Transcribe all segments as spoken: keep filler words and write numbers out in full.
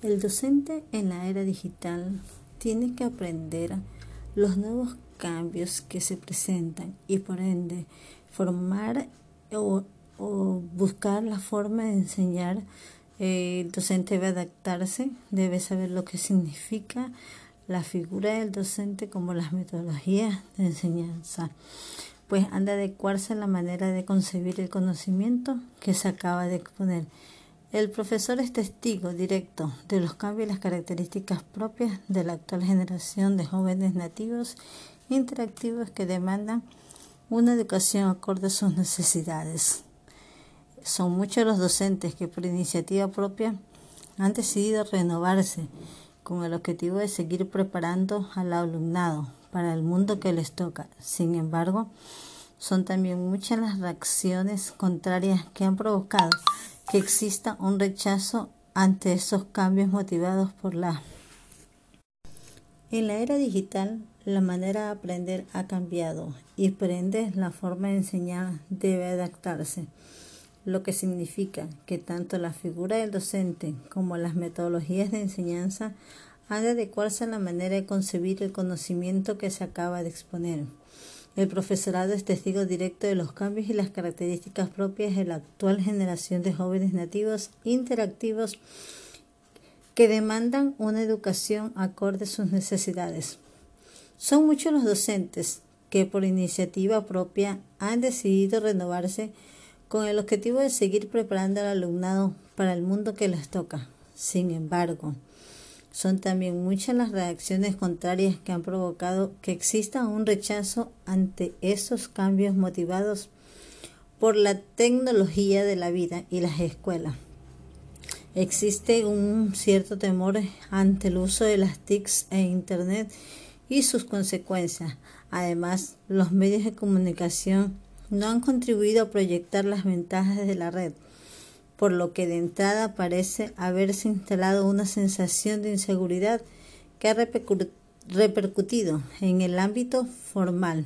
El docente en la era digital tiene que aprender los nuevos cambios que se presentan y por ende formar o, o buscar la forma de enseñar. Eh, el docente debe adaptarse, debe saber lo que significa la figura del docente como las metodologías de enseñanza, pues han de adecuarse a la manera de concebir el conocimiento que se acaba de exponer. El profesor es testigo directo de los cambios y las características propias de la actual generación de jóvenes nativos interactivos que demandan una educación acorde a sus necesidades. Son muchos los docentes que por iniciativa propia han decidido renovarse con el objetivo de seguir preparando al alumnado para el mundo que les toca. Sin embargo, son también muchas las reacciones contrarias que han provocado que exista un rechazo ante esos cambios motivados por la... En la era digital, la manera de aprender ha cambiado y por ende la forma de enseñar debe adaptarse, lo que significa que tanto la figura del docente como las metodologías de enseñanza han de adecuarse a la manera de concebir el conocimiento que se acaba de exponer. El profesorado es testigo directo de los cambios y las características propias de la actual generación de jóvenes nativos interactivos que demandan una educación acorde a sus necesidades. Son muchos los docentes que por iniciativa propia han decidido renovarse con el objetivo de seguir preparando al alumnado para el mundo que les toca. Sin embargo, son también muchas las reacciones contrarias que han provocado que exista un rechazo ante esos cambios motivados por la tecnología de la vida y las escuelas. Existe un cierto temor ante el uso de las T I Cs e Internet y sus consecuencias. Además, los medios de comunicación no han contribuido a proyectar las ventajas de la red, por lo que de entrada parece haberse instalado una sensación de inseguridad que ha repercutido en el ámbito formal.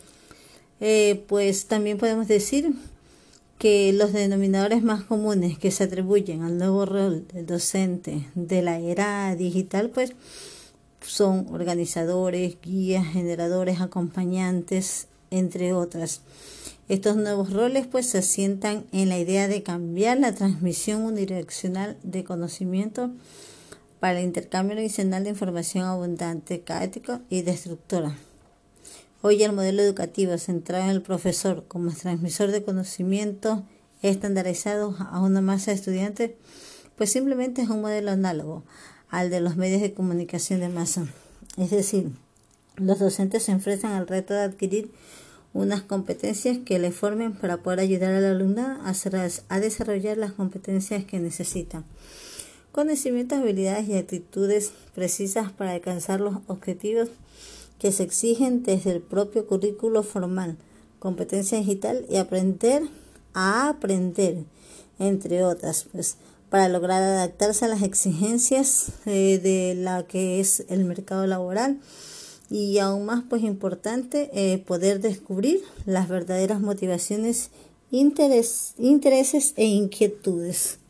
Eh, pues también podemos decir que los denominadores más comunes que se atribuyen al nuevo rol del docente de la era digital pues son organizadores, guías, generadores, acompañantes, entre otras. Estos nuevos roles pues se asientan en la idea de cambiar la transmisión unidireccional de conocimiento para el intercambio adicional de información abundante, caótico y destructora. Hoy el modelo educativo centrado en el profesor como transmisor de conocimiento estandarizado a una masa de estudiantes pues simplemente es un modelo análogo al de los medios de comunicación de masa. Es decir, los docentes se enfrentan al reto de adquirir unas competencias que le formen para poder ayudar al alumnado a desarrollar las competencias que necesitan. Conocimientos, habilidades y actitudes precisas para alcanzar los objetivos que se exigen desde el propio currículo formal, competencia digital y aprender a aprender, entre otras, pues, para lograr adaptarse a las exigencias eh, de la que es el mercado laboral. Y aún más pues importante, eh, poder descubrir las verdaderas motivaciones, interés, intereses e inquietudes.